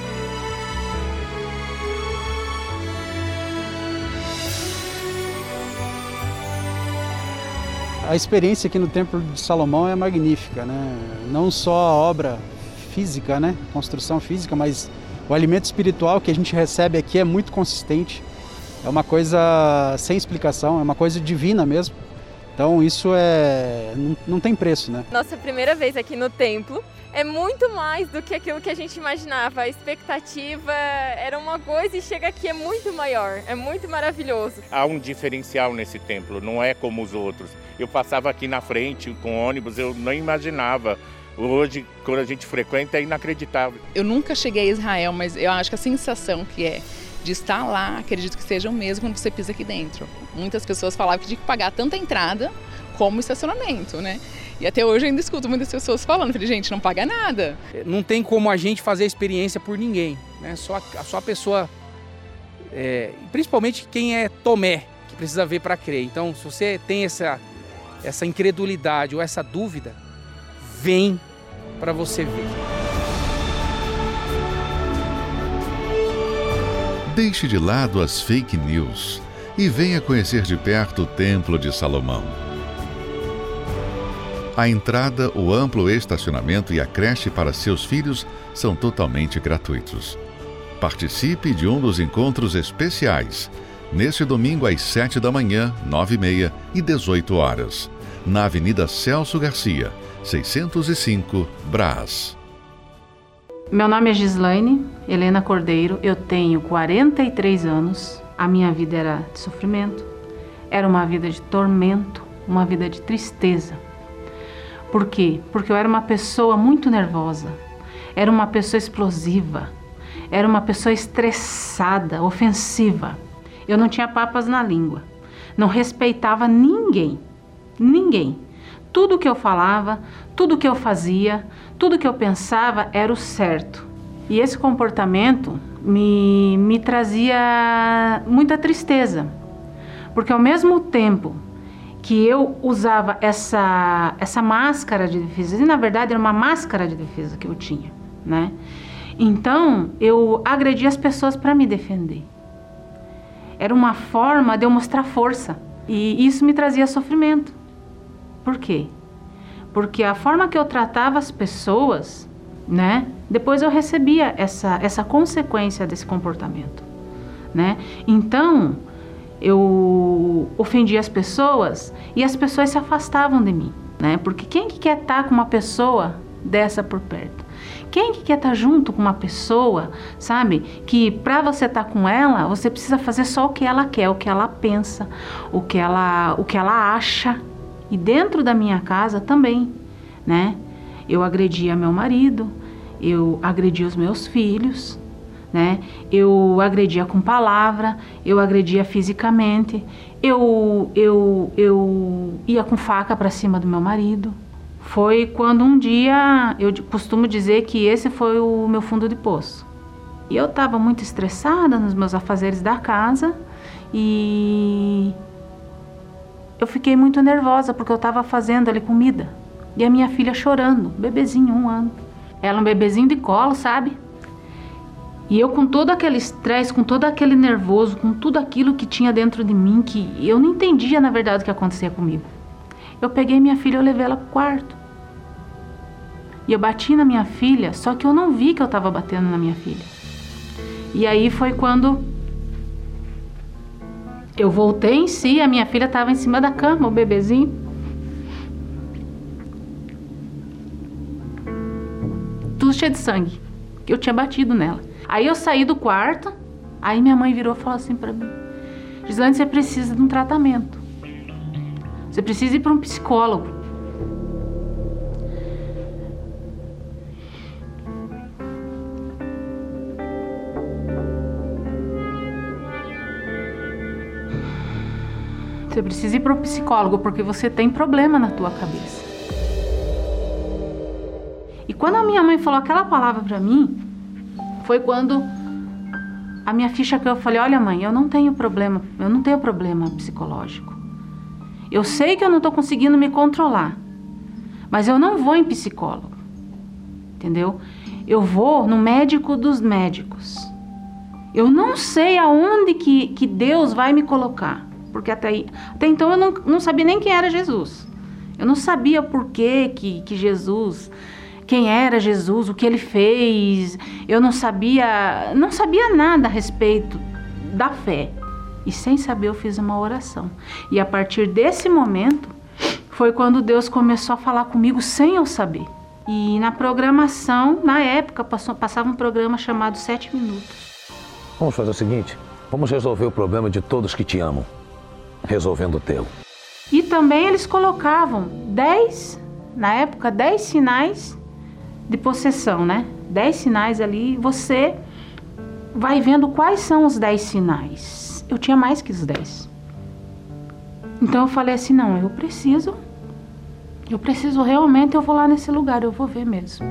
A experiência aqui no Templo de Salomão é magnífica, né? Não só a obra física, né? Construção física, mas o alimento espiritual que a gente recebe aqui é muito consistente. É uma coisa sem explicação, é uma coisa divina mesmo. Então isso é não, não tem preço, né? Nossa primeira vez aqui no templo é muito mais do que aquilo que a gente imaginava. A expectativa era uma coisa e chega aqui é muito maior, é muito maravilhoso. Há um diferencial nesse templo, não é como os outros. Eu passava aqui na frente com ônibus, eu não imaginava. Hoje, quando a gente frequenta, é inacreditável. Eu nunca cheguei a Israel, mas eu acho que a sensação que é de estar lá, acredito que seja o mesmo quando você pisa aqui dentro. Muitas pessoas falavam que tinha que pagar tanto a entrada como o estacionamento, né? E até hoje eu ainda escuto muitas pessoas falando, falei, gente, não paga nada. Não tem como a gente fazer a experiência por ninguém, né? Só a, só a pessoa, é, principalmente quem é Tomé, que precisa ver para crer. Então, se você tem essa, essa incredulidade ou essa dúvida, vem para você ver. Deixe de lado as fake news e venha conhecer de perto o Templo de Salomão. A entrada, o amplo estacionamento e a creche para seus filhos são totalmente gratuitos. Participe de um dos encontros especiais, neste domingo às sete da manhã, nove e meia e dezoito horas. na Avenida Celso Garcia, seiscentos e cinco, Brás. Meu nome é Gislaine Helena Cordeiro, eu tenho quarenta e três anos, a minha vida era de sofrimento, era uma vida de tormento, uma vida de tristeza. Por quê? Porque eu era uma pessoa muito nervosa, era uma pessoa explosiva, era uma pessoa estressada, ofensiva. Eu não tinha papas na língua, não respeitava ninguém, ninguém. Tudo que eu falava, tudo que eu fazia, tudo que eu pensava era o certo. E esse comportamento me, me trazia muita tristeza, porque ao mesmo tempo que eu usava essa, essa máscara de defesa, e na verdade era uma máscara de defesa que eu tinha, né? Então eu agredia as pessoas para me defender. Era uma forma de eu mostrar força, e isso me trazia sofrimento. Por quê? Porque a forma que eu tratava as pessoas, né? Depois eu recebia essa, essa consequência desse comportamento, né? Então, eu ofendia as pessoas e as pessoas se afastavam de mim, né? Porque quem que quer estar com uma pessoa dessa por perto? Quem que quer estar junto com uma pessoa, sabe? Que para você estar com ela, você precisa fazer só o que ela quer, o que ela pensa, o que ela, o que ela acha. E dentro da minha casa também, né? Eu agredia meu marido, eu agredia os meus filhos, né? Eu agredia com palavra, eu agredia fisicamente, eu, eu, eu ia com faca para cima do meu marido. Foi quando um dia, eu costumo dizer que esse foi o meu fundo de poço. E eu estava muito estressada nos meus afazeres da casa e eu fiquei muito nervosa porque eu estava fazendo ali comida. E a minha filha chorando, bebezinho, um ano. Ela um bebezinho de colo, sabe? E eu com todo aquele estresse, com todo aquele nervoso, com tudo aquilo que tinha dentro de mim, que eu não entendia na verdade o que acontecia comigo. Eu peguei minha filha e eu levei ela pro quarto. E eu bati na minha filha, só que eu não vi que eu estava batendo na minha filha. E aí foi quando eu voltei em si, a minha filha estava em cima da cama, o bebezinho. Tudo cheio de sangue, que eu tinha batido nela. Aí eu saí do quarto, aí minha mãe virou e falou assim para mim: Gislaine, você precisa de um tratamento. Você precisa ir para um psicólogo. Você precisa ir para o psicólogo porque você tem problema na tua cabeça. E quando a minha mãe falou aquela palavra para mim, foi quando a minha ficha caiu. Eu falei: olha mãe, eu não tenho problema, eu não tenho problema psicológico. Eu sei que eu não estou conseguindo me controlar, mas eu não vou em psicólogo, entendeu? Eu vou no médico dos médicos. Eu não sei aonde que, que Deus vai me colocar, porque até, aí, até então eu não, não sabia nem quem era Jesus. Eu não sabia por que, que, que Jesus, quem era Jesus, o que ele fez. Eu não sabia, não sabia nada a respeito da fé. E sem saber eu fiz uma oração. E a partir desse momento, foi quando Deus começou a falar comigo sem eu saber. E na programação, na época, passou, passava um programa chamado Sete Minutos. Vamos fazer o seguinte, vamos resolver o problema de todos que te amam, resolvendo o teu. E também eles colocavam dez, na época, dez sinais de possessão, né? Dez sinais ali, você vai vendo quais são os dez sinais. Eu tinha mais que os dez. Então eu falei assim, não, eu preciso, eu preciso realmente, eu vou lá nesse lugar, eu vou ver mesmo.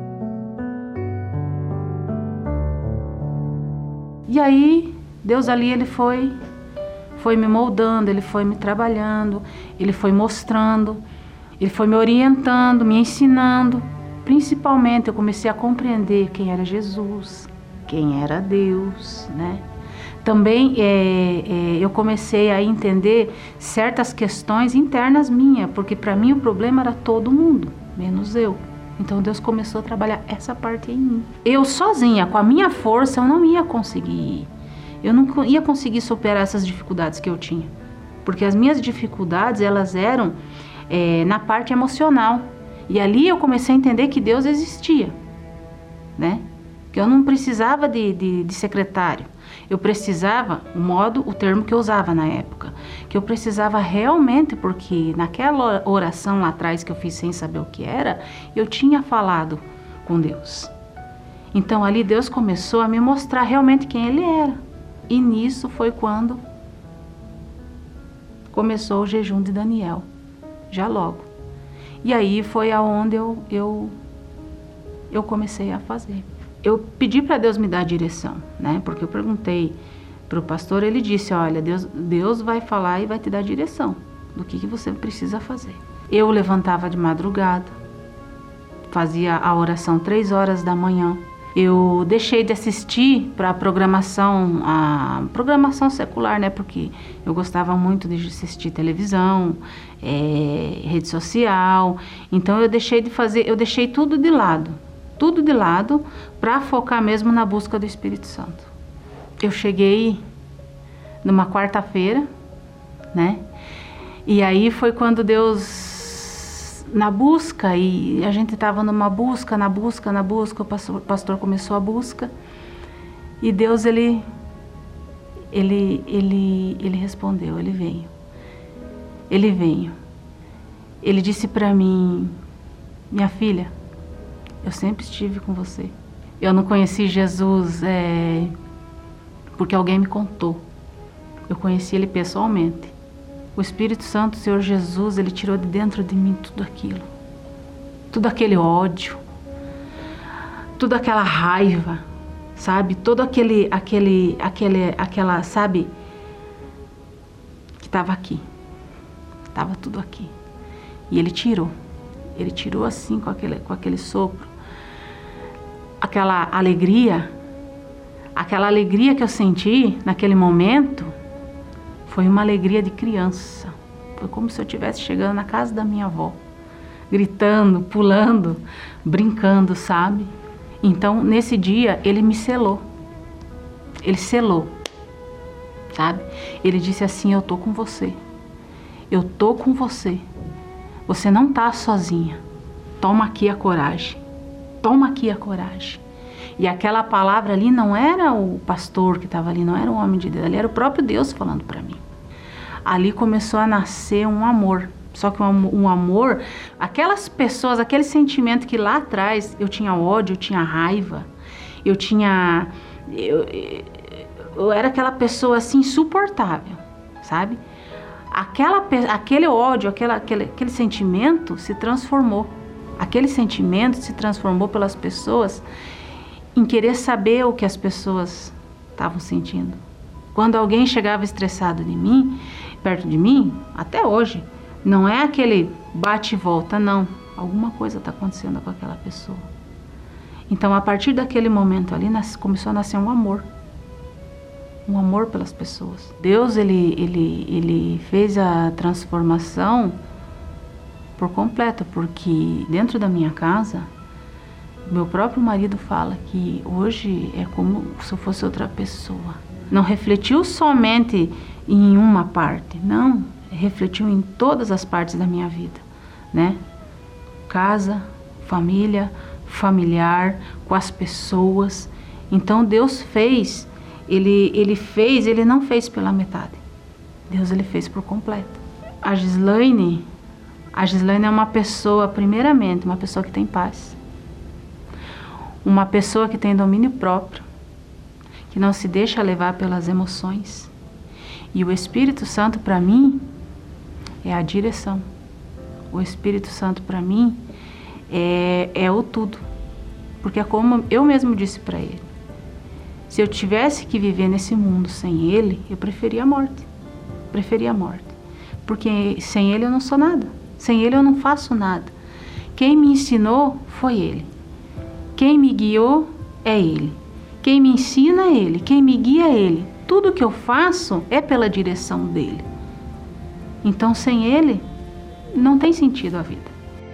E aí, Deus ali, ele foi, foi me moldando, ele foi me trabalhando, ele foi mostrando, ele foi me orientando, me ensinando. Principalmente eu comecei a compreender quem era Jesus, quem era Deus, né? Também é, é, eu comecei a entender certas questões internas minhas, porque para mim o problema era todo mundo, menos eu. Então Deus começou a trabalhar essa parte em mim. Eu sozinha, com a minha força, eu não ia conseguir, eu não ia conseguir superar essas dificuldades que eu tinha. Porque as minhas dificuldades, elas eram é, na parte emocional. E ali eu comecei a entender que Deus existia, né? Que eu não precisava de, de, de secretário. Eu precisava, o modo, o termo que eu usava na época, que eu precisava realmente, porque naquela oração lá atrás que eu fiz sem saber o que era, eu tinha falado com Deus. Então ali Deus começou a me mostrar realmente quem Ele era. E nisso foi quando começou o jejum de Daniel, já logo. E aí foi aonde eu, eu, eu comecei a fazer. Eu pedi para Deus me dar a direção, né? Porque eu perguntei para o pastor, ele disse, olha, Deus, Deus vai falar e vai te dar a direção do que, que você precisa fazer. Eu levantava de madrugada, fazia a oração três horas da manhã. Eu deixei de assistir para a programação, a programação secular, né? Porque eu gostava muito de assistir televisão, é, rede social. Então eu deixei de fazer, eu deixei tudo de lado. tudo de lado para focar mesmo na busca do Espírito Santo. Eu cheguei numa quarta-feira, né? E aí foi quando Deus, na busca, e a gente estava numa busca, na busca, na busca, o pastor, o pastor começou a busca, e Deus, ele, ele, ele, ele respondeu, ele veio. Ele veio. Ele disse para mim, minha filha, eu sempre estive com você. Eu não conheci Jesus é, porque alguém me contou. Eu conheci Ele pessoalmente. O Espírito Santo, o Senhor Jesus, Ele tirou de dentro de mim tudo aquilo. Tudo aquele ódio. Tudo aquela raiva, sabe? Todo aquele, aquele, aquele, aquela, sabe? Que estava aqui. Estava tudo aqui. E Ele tirou. Ele tirou assim com aquele, com aquele sopro. Aquela alegria, aquela alegria que eu senti naquele momento, foi uma alegria de criança. Foi como se eu estivesse chegando na casa da minha avó, gritando, pulando, brincando, sabe? Então, nesse dia, Ele me selou. Ele selou, sabe? Ele disse assim, eu tô com você. Eu tô com você. Você não tá sozinha. Toma aqui a coragem. Toma aqui a coragem. E aquela palavra ali não era o pastor que estava ali, não era o homem de Deus, ali era o próprio Deus falando para mim. Ali começou a nascer um amor. Só que um, um amor, aquelas pessoas, aquele sentimento que lá atrás eu tinha ódio, eu tinha raiva, eu tinha... Eu, eu era aquela pessoa assim insuportável, sabe? Aquela, aquele ódio, aquela, aquele, aquele sentimento se transformou. Aquele sentimento se transformou pelas pessoas em querer saber o que as pessoas estavam sentindo. Quando alguém chegava estressado de mim, perto de mim, até hoje, não é aquele bate e volta, não. Alguma coisa está acontecendo com aquela pessoa. Então, a partir daquele momento ali, começou a nascer um amor. Um amor pelas pessoas. Deus, ele, ele, ele fez a transformação por completo, porque dentro da minha casa, meu próprio marido fala que hoje é como se eu fosse outra pessoa. Não refletiu somente em uma parte, não, refletiu em todas as partes da minha vida, né? Casa, família, familiar, com as pessoas. Então Deus fez, ele, ele fez, ele não fez pela metade. Deus, ele fez por completo. A Gislaine, a Gislaine é uma pessoa, primeiramente, uma pessoa que tem paz. Uma pessoa que tem domínio próprio, que não se deixa levar pelas emoções. E o Espírito Santo, para mim, é a direção. O Espírito Santo, para mim, é, é o tudo. Porque é como eu mesmo disse para ele. Se eu tivesse que viver nesse mundo sem ele, eu preferia a morte. Preferia a morte. Porque sem ele eu não sou nada. Sem ele eu não faço nada. Quem me ensinou foi ele. Quem me guiou é ele. Quem me ensina é ele. Quem me guia é ele. Tudo que eu faço é pela direção dele. Então, sem ele, não tem sentido a vida.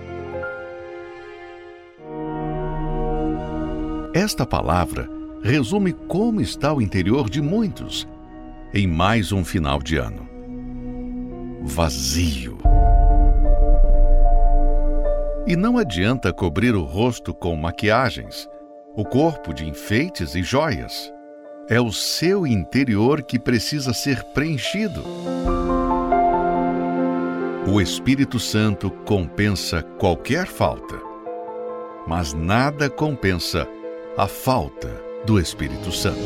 Esta palavra resume como está o interior de muitos em mais um final de ano. Vazio. E não adianta cobrir o rosto com maquiagens, o corpo de enfeites e joias. É o seu interior que precisa ser preenchido. O Espírito Santo compensa qualquer falta, mas nada compensa a falta do Espírito Santo.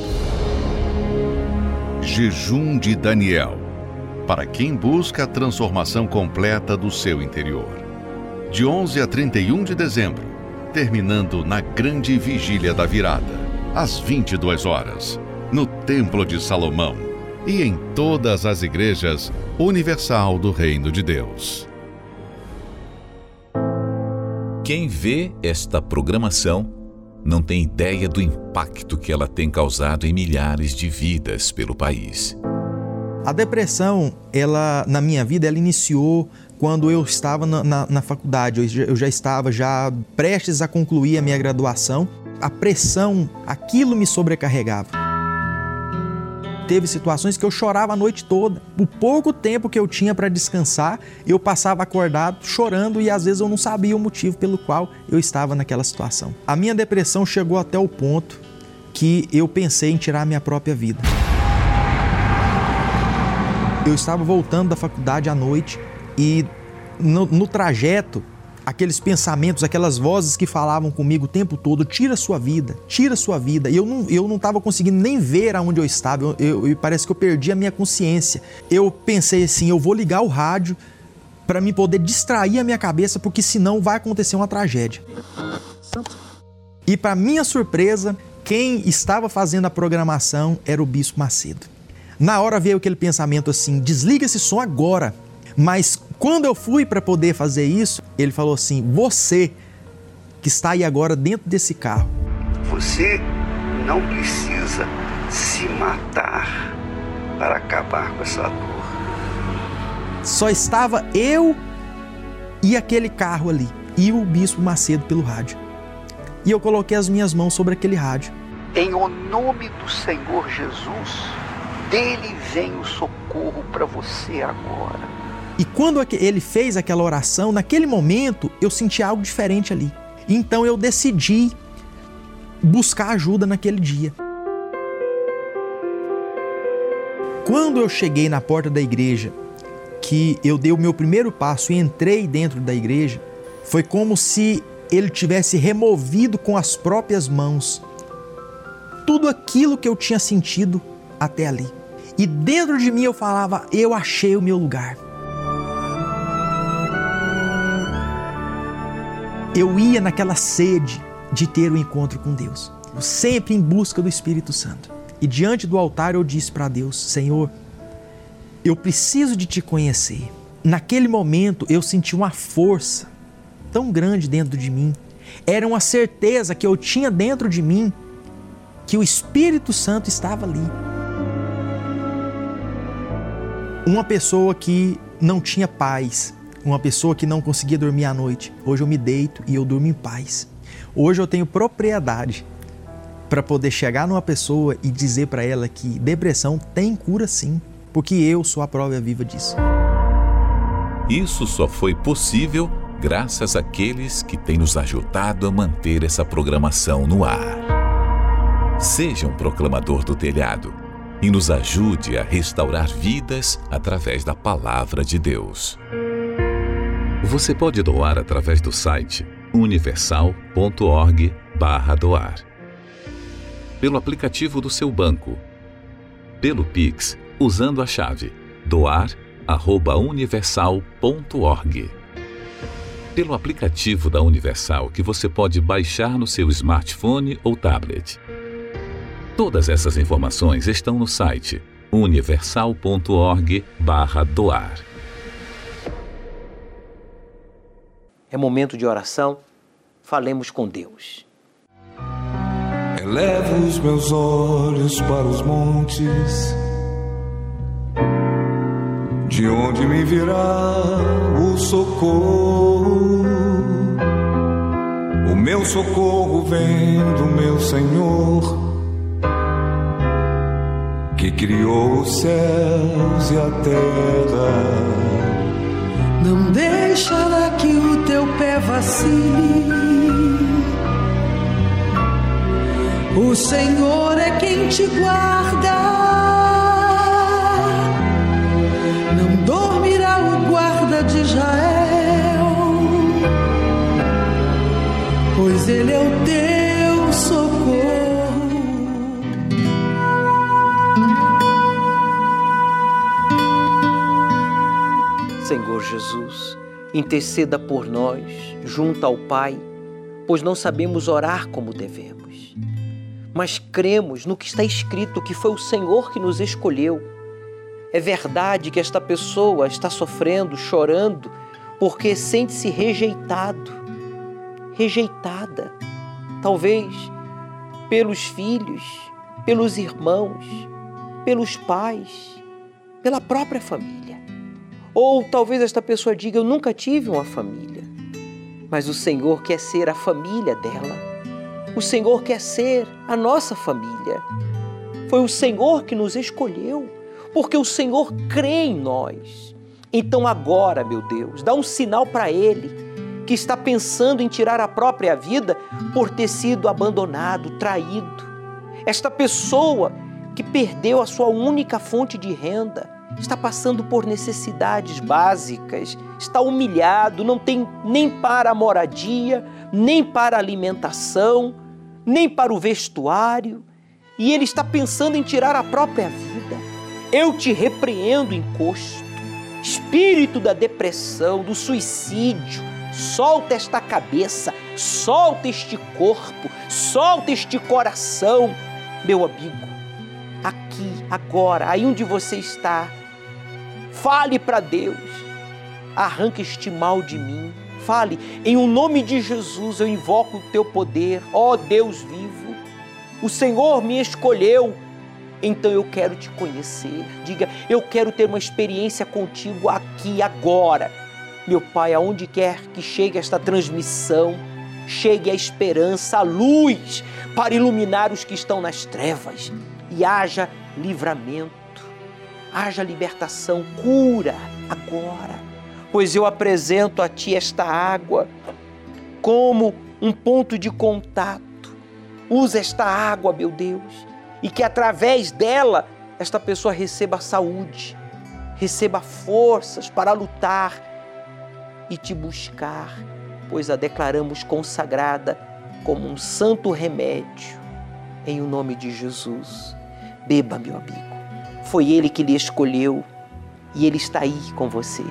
Jejum de Daniel, para quem busca a transformação completa do seu interior. De onze a trinta e um de dezembro, terminando na grande vigília da virada, às vinte e duas horas, no Templo de Salomão e em todas as igrejas universal do Reino de Deus. Quem vê esta programação não tem ideia do impacto que ela tem causado em milhares de vidas pelo país. A depressão, ela, na minha vida, ela iniciou quando eu estava na, na, na faculdade. Eu já, eu já estava já prestes a concluir a minha graduação. A pressão, aquilo me sobrecarregava. Teve situações que eu chorava a noite toda. O pouco tempo que eu tinha para descansar, eu passava acordado, chorando, e às vezes eu não sabia o motivo pelo qual eu estava naquela situação. A minha depressão chegou até o ponto que eu pensei em tirar a minha própria vida. Eu estava voltando da faculdade à noite e no, no trajeto, aqueles pensamentos, aquelas vozes que falavam comigo o tempo todo: tira sua vida, tira sua vida. E eu não eu não estava conseguindo nem ver aonde eu estava, eu, eu, eu, parece que eu perdi a minha consciência. Eu pensei assim, eu vou ligar o rádio para me poder distrair a minha cabeça, porque senão vai acontecer uma tragédia. E para minha surpresa, quem estava fazendo a programação era o Bispo Macedo. Na hora veio aquele pensamento assim: desliga esse som agora. Mas quando eu fui para poder fazer isso, ele falou assim: você que está aí agora dentro desse carro, você não precisa se matar para acabar com essa dor. Só estava eu e aquele carro ali, e o Bispo Macedo pelo rádio. E eu coloquei as minhas mãos sobre aquele rádio. Em o nome do Senhor Jesus, dele vem o socorro para você agora. E quando ele fez aquela oração, naquele momento eu senti algo diferente ali. Então eu decidi buscar ajuda naquele dia. Quando eu cheguei na porta da igreja, que eu dei o meu primeiro passo e entrei dentro da igreja, foi como se ele tivesse removido com as próprias mãos tudo aquilo que eu tinha sentido até ali. E dentro de mim eu falava: eu achei o meu lugar. Eu ia naquela sede de ter um encontro com Deus, sempre em busca do Espírito Santo. E diante do altar eu disse para Deus: Senhor, eu preciso de te conhecer. Naquele momento eu senti uma força tão grande dentro de mim. Era uma certeza que eu tinha dentro de mim que o Espírito Santo estava ali. Uma pessoa que não tinha paz, uma pessoa que não conseguia dormir à noite, hoje eu me deito e eu durmo em paz. Hoje eu tenho propriedade para poder chegar numa pessoa e dizer para ela que depressão tem cura sim, porque eu sou a prova viva disso. Isso só foi possível graças àqueles que têm nos ajudado a manter essa programação no ar. Seja um proclamador do telhado e nos ajude a restaurar vidas através da Palavra de Deus. Você pode doar através do site universal ponto org barra doar, pelo aplicativo do seu banco, pelo Pix, usando a chave doar arroba universal ponto org, pelo aplicativo da Universal que você pode baixar no seu smartphone ou tablet. Todas essas informações estão no site universal ponto org barra doar. É momento de oração, falemos com Deus. Elevo os meus olhos para os montes, de onde me virá o socorro. O meu socorro vem do meu Senhor, que criou os céus e a terra. Não deixará que o teu pé vacile. O Senhor é quem te guarda. Não dormirá o guarda de Israel, pois Ele é o teu socorro. Senhor Jesus, interceda por nós junto ao Pai, pois não sabemos orar como devemos. Mas cremos no que está escrito, que foi o Senhor que nos escolheu. É verdade que esta pessoa está sofrendo, chorando, porque sente-se rejeitado, rejeitada, talvez pelos filhos, pelos irmãos, pelos pais, pela própria família. Ou talvez esta pessoa diga: eu nunca tive uma família, mas o Senhor quer ser a família dela. O Senhor quer ser a nossa família. Foi o Senhor que nos escolheu, porque o Senhor crê em nós. Então agora, meu Deus, dá um sinal para ele, que está pensando em tirar a própria vida por ter sido abandonado, traído. Esta pessoa que perdeu a sua única fonte de renda, está passando por necessidades básicas, está humilhado, não tem nem para a moradia, nem para a alimentação, nem para o vestuário, e ele está pensando em tirar a própria vida. Eu te repreendo, encosto, espírito da depressão, do suicídio, solta esta cabeça, solta este corpo, solta este coração, meu amigo, aqui, agora, aí onde você está. Fale para Deus, arranca este mal de mim. Fale, em o nome de Jesus eu invoco o teu poder, ó Deus vivo. O Senhor me escolheu, então eu quero te conhecer. Diga, eu quero ter uma experiência contigo aqui, agora. Meu Pai, aonde quer que chegue esta transmissão, chegue a esperança, a luz, para iluminar os que estão nas trevas, e haja livramento. Haja libertação, cura agora, pois eu apresento a Ti esta água como um ponto de contato. Usa esta água, meu Deus, e que através dela esta pessoa receba saúde, receba forças para lutar e Te buscar, pois a declaramos consagrada como um santo remédio. Em o nome de Jesus, beba, meu amigo. Foi Ele que lhe escolheu e Ele está aí com você.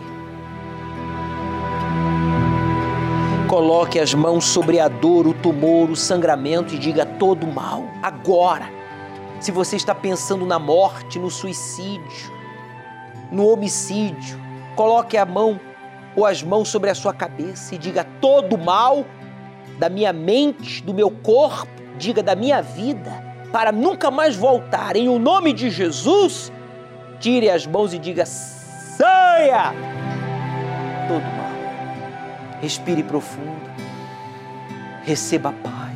Coloque as mãos sobre a dor, o tumor, o sangramento e diga: todo mal, agora. Se você está pensando na morte, no suicídio, no homicídio, coloque a mão ou as mãos sobre a sua cabeça e diga: todo mal da minha mente, do meu corpo, diga da minha vida, para nunca mais voltar. Em o nome de Jesus, tire as mãos e diga: saia todo mal. Respire profundo, receba a paz,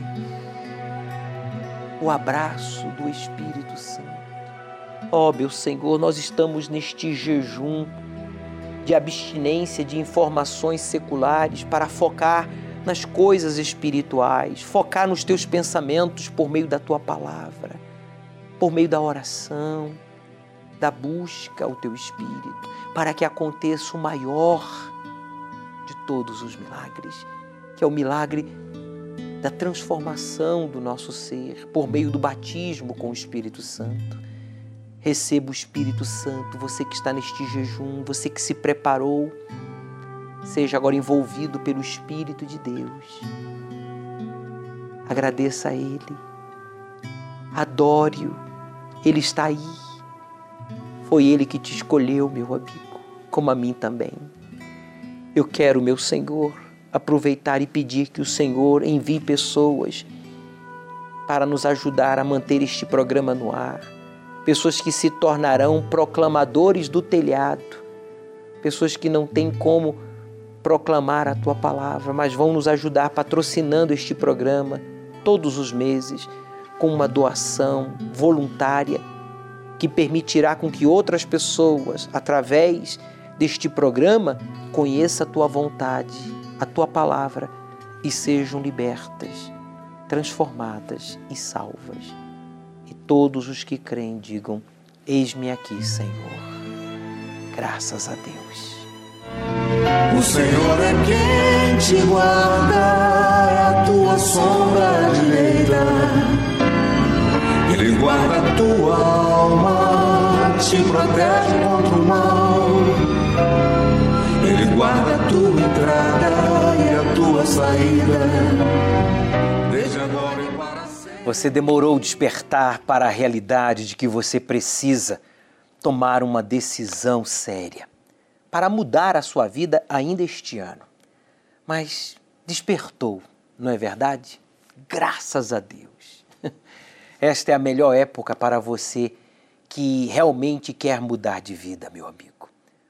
o abraço do Espírito Santo. Ó meu Senhor, nós estamos neste jejum de abstinência de informações seculares para focar nas coisas espirituais, focar nos teus pensamentos por meio da tua palavra, por meio da oração, da busca ao teu Espírito, para que aconteça o maior de todos os milagres, que é o milagre da transformação do nosso ser por meio do batismo com o Espírito Santo. Receba o Espírito Santo, você que está neste jejum, você que se preparou, seja agora envolvido pelo Espírito de Deus. Agradeça a Ele, adore-o, Ele está aí. Foi Ele que te escolheu, meu amigo, como a mim também. Eu quero, meu Senhor, aproveitar e pedir que o Senhor envie pessoas para nos ajudar a manter este programa no ar. Pessoas que se tornarão proclamadores do telhado. Pessoas que não têm como proclamar a Tua palavra, mas vão nos ajudar patrocinando este programa todos os meses com uma doação voluntária que permitirá com que outras pessoas, através deste programa conheça a tua vontade, a tua palavra e sejam libertas, transformadas e salvas. E todos os que creem digam: eis-me aqui, Senhor. Graças a Deus. O Senhor é quem te guarda, é a tua sombra direita. Ele guarda a tua alma, te protege contra o mal. Ele guarda a tua entrada e a tua saída, desde agora e para sempre. Você demorou despertar para a realidade de que você precisa tomar uma decisão séria para mudar a sua vida ainda este ano. Mas despertou, não é verdade? Graças a Deus. Esta é a melhor época para você que realmente quer mudar de vida, meu amigo.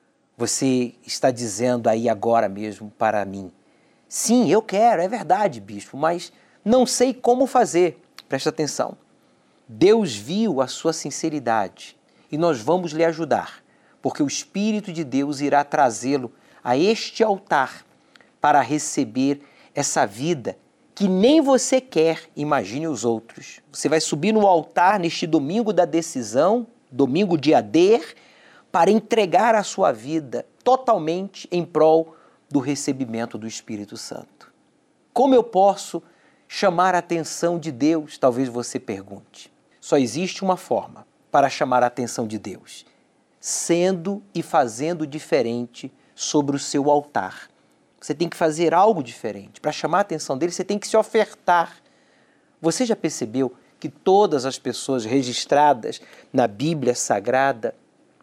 Você está dizendo aí agora mesmo para mim: sim, eu quero, é verdade, bispo, mas não sei como fazer. Presta atenção. Deus viu a sua sinceridade e nós vamos lhe ajudar, porque o Espírito de Deus irá trazê-lo a este altar para receber essa vida que nem você quer, imagine os outros. Você vai subir no altar neste domingo da decisão, domingo de Ader, para entregar a sua vida totalmente em prol do recebimento do Espírito Santo. Como eu posso chamar a atenção de Deus? Talvez você pergunte. Só existe uma forma para chamar a atenção de Deus: sendo e fazendo diferente sobre o seu altar. Você tem que fazer algo diferente. Para chamar a atenção dele, você tem que se ofertar. Você já percebeu que todas as pessoas registradas na Bíblia Sagrada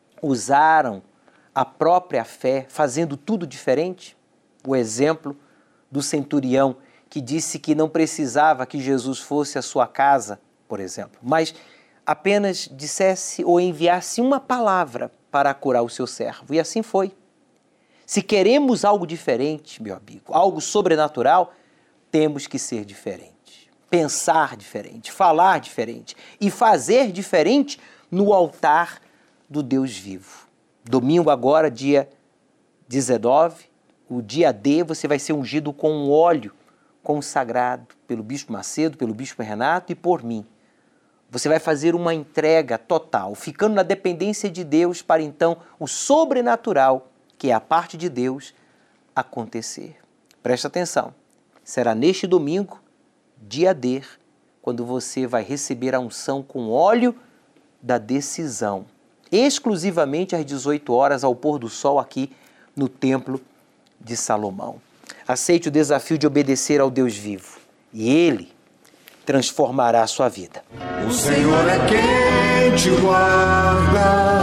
usaram a própria fé fazendo tudo diferente? O exemplo do centurião que disse que não precisava que Jesus fosse à sua casa, por exemplo, mas apenas dissesse ou enviasse uma palavra para curar o seu servo. E assim foi. Se queremos algo diferente, meu amigo, algo sobrenatural, temos que ser diferente, pensar diferente, falar diferente e fazer diferente no altar do Deus vivo. Domingo agora, dia dezenove, o dia D, você vai ser ungido com um óleo consagrado pelo Bispo Macedo, pelo Bispo Renato e por mim. Você vai fazer uma entrega total, ficando na dependência de Deus para então o sobrenatural, que é a parte de Deus, acontecer. Presta atenção, será neste domingo, dia D, quando você vai receber a unção com óleo da decisão, exclusivamente às dezoito horas, ao pôr do sol aqui no Templo de Salomão. Aceite o desafio de obedecer ao Deus vivo e Ele transformará a sua vida. O Senhor é quem te guarda,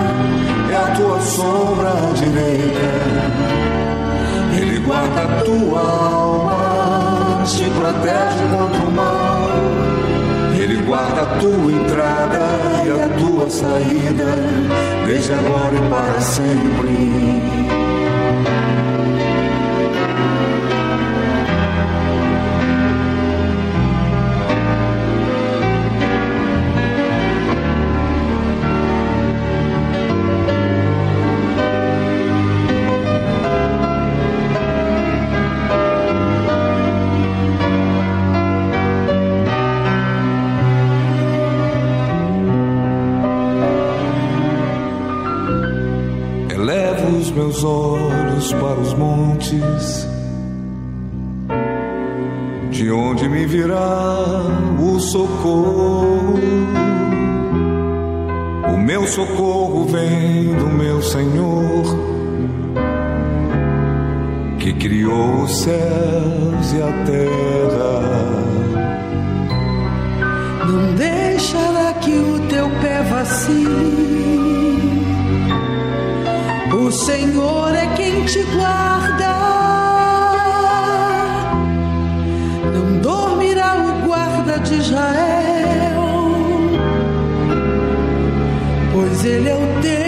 é a tua sombra direita. Ele guarda a tua alma, te protege contra o mal. Ele guarda a tua entrada e a tua saída, desde agora e para sempre. Meus olhos para os montes, de onde me virá o socorro? O meu socorro vem do meu Senhor, que criou os céus e a terra. Não deixará que o teu pé vacile. O Senhor é quem te guarda, não dormirá o guarda de Israel, pois Ele é o teu